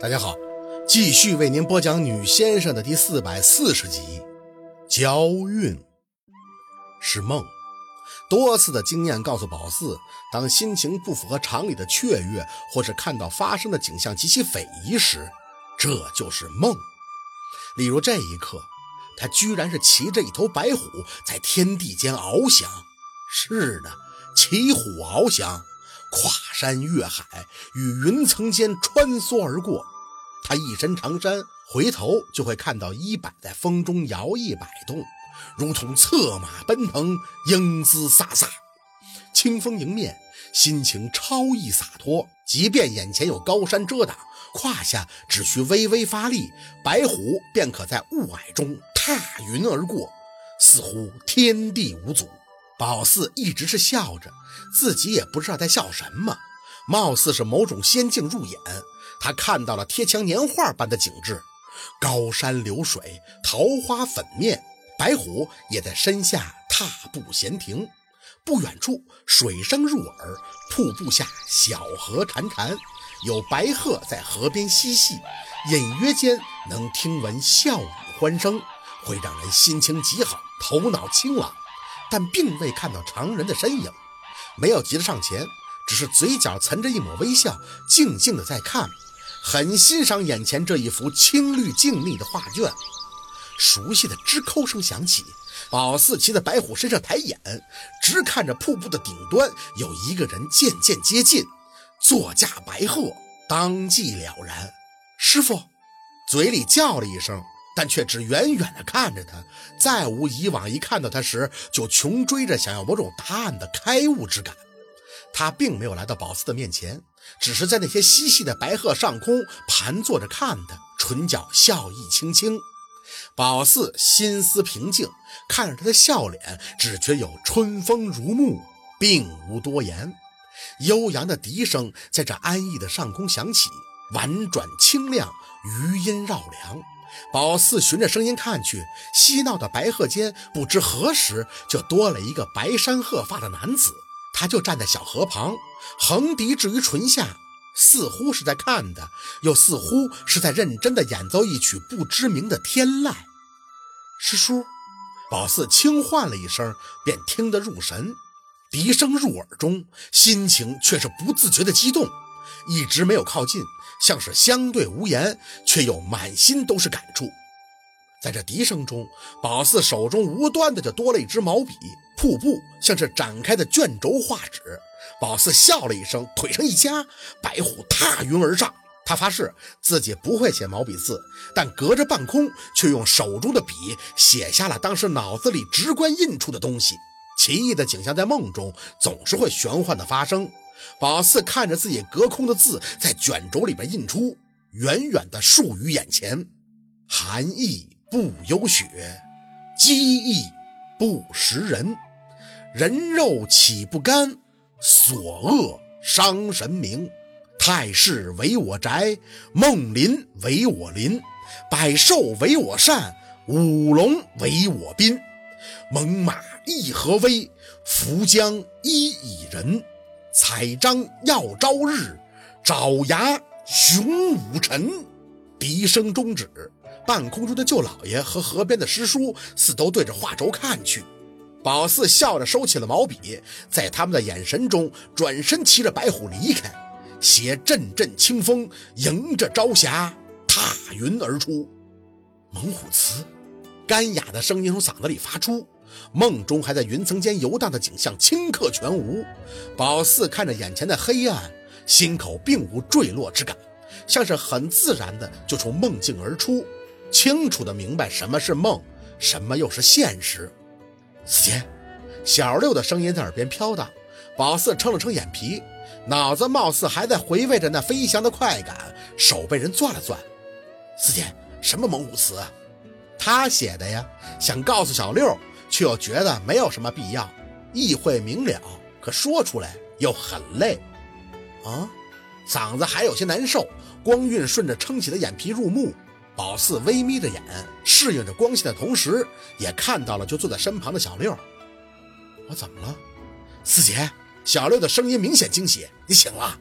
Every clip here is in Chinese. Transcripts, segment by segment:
大家好，继续为您播讲女先生的第440集。娇韵是梦。多次的经验告诉宝四，当心情不符合常理的雀跃，或是看到发生的景象极其匪夷时，这就是梦。例如这一刻，他居然是骑着一头白虎在天地间翱翔。是的，骑虎翱翔，跨山越海，与云层间穿梭而过。他一身长衫，回头就会看到衣摆在风中摇曳摆动，如同策马奔腾，英姿飒飒。清风迎面，心情超逸洒脱，即便眼前有高山遮挡，胯下只需微微发力，白虎便可在雾霭中踏云而过，似乎天地无阻。宝四一直是笑着，自己也不知道在笑什么，貌似是某种仙境入眼。他看到了贴墙年画般的景致，高山流水，桃花粉面，白虎也在身下踏步闲停。不远处水声入耳，瀑布下小河潺潺，有白鹤在河边嬉戏，隐约间能听闻笑语欢声，会让人心情极好，头脑清朗，但并未看到常人的身影。没有急着上前，只是嘴角存着一抹微笑，静静的在看，很欣赏眼前这一幅青绿静谧的画卷。熟悉的吱扣声响起，宝四骑在白虎身上抬眼，直看着瀑布的顶端有一个人渐渐接近，坐驾白鹤，当即了然。师傅，嘴里叫了一声，但却只远远地看着他，再无以往一看到他时就穷追着想要某种答案的开悟之感。他并没有来到宝四的面前，只是在那些嬉戏的白鹤上空盘坐着看他，唇角笑意轻轻。宝四心思平静，看着他的笑脸，只觉有春风如沐，并无多言。悠扬的笛声在这安逸的上空响起，婉转清亮，余音绕梁。宝四循着声音看去，嬉闹的白鹤间不知何时就多了一个白衫鹤发的男子。他就站在小河旁，横笛置于唇下，似乎是在看的，又似乎是在认真地演奏一曲不知名的天籁。师叔，宝四轻唤了一声，便听得入神。笛声入耳中，心情却是不自觉的激动，一直没有靠近，像是相对无言，却又满心都是感触。在这笛声中，宝四手中无端的就多了一支毛笔，瀑布像是展开的卷轴画纸。宝四笑了一声，腿上一夹，白虎踏云而上。他发誓自己不会写毛笔字，但隔着半空却用手中的笔写下了当时脑子里直观印出的东西。奇异的景象在梦中总是会玄幻的发生。宝四看着自己隔空的字在卷轴里边印出，远远的竖于眼前。寒意不有雪，饥意不食人，人肉岂不甘，所恶伤神明。太室为我宅，梦林为我林，百兽为我善，五龙为我宾。猛马一合威，伏将一以人。采章耀朝日，爪牙雄武臣。笛声终止，半空中的舅老爷和河边的师叔似都对着画轴看去。宝四笑着收起了毛笔，在他们的眼神中转身骑着白虎离开，携阵阵清风，迎着朝霞踏云而出。猛虎词，干哑的声音从嗓子里发出，梦中还在云层间游荡的景象顷刻全无。宝四看着眼前的黑暗，心口并无坠落之感，像是很自然的就从梦境而出，清楚的明白什么是梦，什么又是现实。四姐，小六的声音在耳边飘荡。宝四撑了撑眼皮，脑子貌似还在回味着那飞翔的快感，手被人攥了攥。四姐，什么猛虎词啊？他写的呀，想告诉小六，却又觉得没有什么必要，意会明了，可说出来又很累。嗓子还有些难受，光晕顺着撑起的眼皮入目。宝四微眯着眼，适应着光线的同时，也看到了就坐在身旁的小六。我怎么了？四姐，小六的声音明显惊喜，你醒了？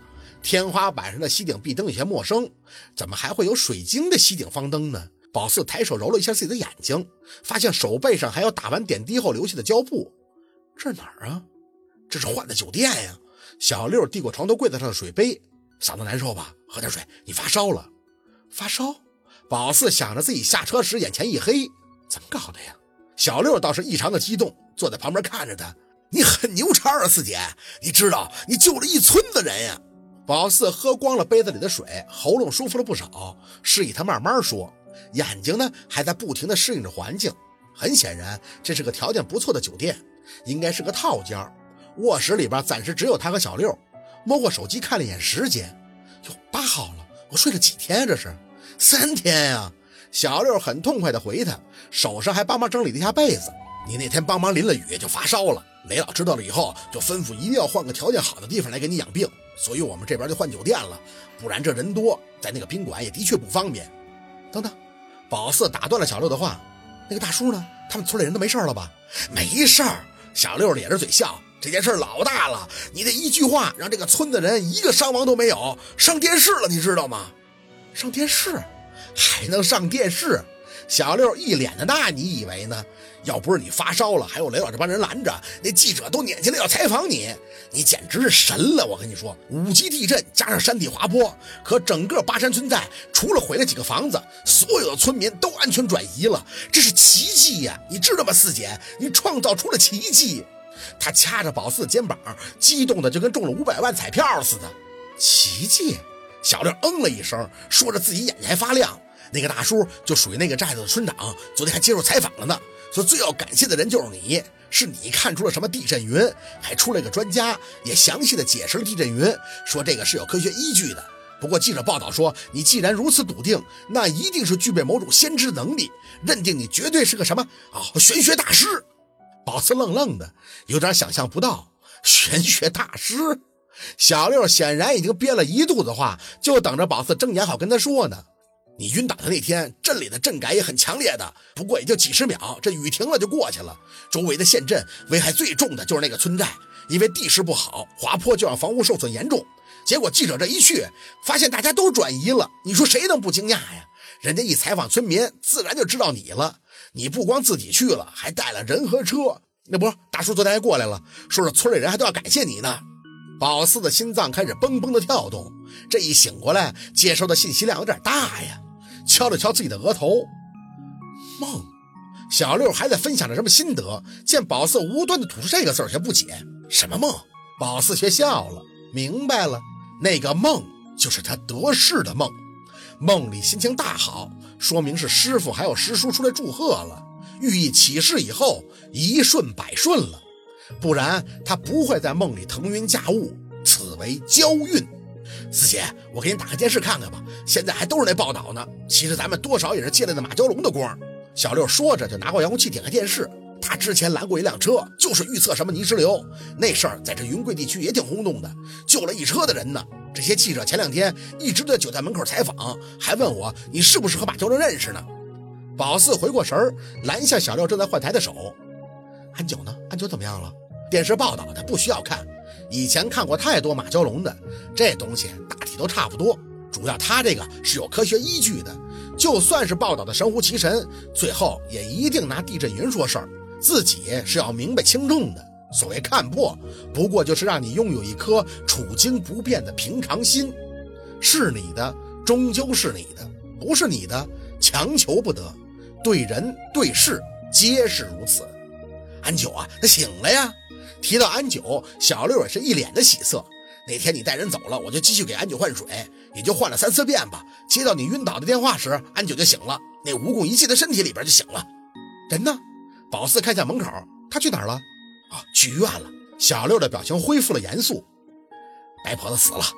天花板上的吸顶壁灯有些陌生，怎么还会有水晶的吸顶方灯呢？宝四抬手揉了一下自己的眼睛，发现手背上还有打完点滴后留下的胶布。这是哪儿啊？这是换的酒店呀！小六递过床头柜子上的水杯，嗓子难受吧？喝点水，你发烧了。发烧？宝四想着自己下车时眼前一黑，怎么搞的呀？小六倒是异常的激动，坐在旁边看着他。你很牛叉啊，四姐，你知道你救了一村子人呀！宝四喝光了杯子里的水，喉咙舒服了不少，示意他慢慢说，眼睛呢还在不停地适应着环境。很显然这是个条件不错的酒店，应该是个套间。卧室里边暂时只有他和小六。摸过手机看了一眼时间，哟，8号了，我睡了几天这是？3天呀！小六很痛快地回他，手上还帮忙整理了一下被子。你那天帮忙淋了雨就发烧了，雷老知道了以后就吩咐一定要换个条件好的地方来给你养病，所以我们这边就换酒店了，不然这人多，在那个宾馆也的确不方便。等等，宝四打断了小六的话，那个大叔呢？他们村里人都没事了吧？没事儿。小六咧着嘴笑，这件事老大了，你这一句话让这个村子人一个伤亡都没有，上电视了，你知道吗？上电视？还能上电视？小六一脸的那你以为呢？要不是你发烧了，还有雷老这帮人拦着，那记者都撵进来要采访你，你简直是神了！我跟你说，5级地震加上山体滑坡，可整个巴山村寨除了毁了几个房子，所有的村民都安全转移了，这是奇迹呀！你知道吗，四姐，你创造出了奇迹！他掐着宝四的肩膀，激动的就跟中了500万彩票似的。奇迹？小六嗯了一声，说着自己眼睛还发亮。那个大叔就属于那个寨子的村长，昨天还接受采访了呢，说最要感谢的人就是你，是你看出了什么地震云，还出了一个专家也详细的解释了地震云，说这个是有科学依据的。不过记者报道说，你既然如此笃定，那一定是具备某种先知能力，认定你绝对是个什么玄学大师。宝四愣愣的，有点想象不到，玄学大师。小六显然已经憋了一肚子话，就等着宝四睁眼好跟他说呢。你晕倒的那天，镇里的震感也很强烈的，不过也就几十秒，这雨停了就过去了。周围的县镇危害最重的就是那个村寨，因为地势不好，滑坡就让房屋受损严重。结果记者这一去，发现大家都转移了，你说谁能不惊讶呀？人家一采访村民，自然就知道你了。你不光自己去了，还带了人和车。那不，大叔昨天还过来了，说是村里人还都要感谢你呢。宝四的心脏开始蹦蹦的跳动，这一醒过来，接收的信息量有点大呀。敲了敲自己的额头，梦。小六还在分享着什么心得，见宝四无端的吐出这个字儿，也不解什么梦。宝四却笑了，明白了，那个梦就是他得势的梦。梦里心情大好，说明是师傅还有师叔出来祝贺了，寓意起事以后一顺百顺了，不然他不会在梦里腾云驾雾，此为交运。四姐，我给你打开电视看看吧，现在还都是那报道呢。其实咱们多少也是借来的马蛟龙的光。小六说着就拿过遥控器点开电视，他之前拦过一辆车，就是预测什么泥石流，那事儿在这云贵地区也挺轰动的，救了一车的人呢。这些记者前2天一直在酒店门口采访，还问我你是不是和马蛟龙认识呢。宝四回过神儿，拦下小六正在换台的手。安九呢？安九怎么样了？电视报道的不需要看，以前看过太多马蛟龙的，这东西大体都差不多，主要他这个是有科学依据的，就算是报道的神乎其神，最后也一定拿地震云说事儿，自己是要明白轻重的。所谓看破，不过就是让你拥有一颗处惊不变的平常心，是你的终究是你的，不是你的强求不得，对人对事皆是如此。安九啊，他醒了呀。提到安九，小六也是一脸的喜色。那天你带人走了，我就继续给安九换水，也就换了3、4遍吧。接到你晕倒的电话时，安九就醒了，那蜈蚣一进他身体里边就醒了。人呢？宝四看向门口，他去哪儿了？去医院了。小六的表情恢复了严肃。白婆子死了。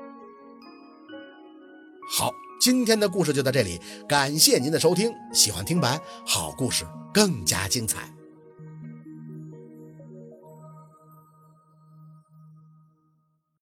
好，今天的故事就到这里，感谢您的收听。喜欢听白，好故事更加精彩。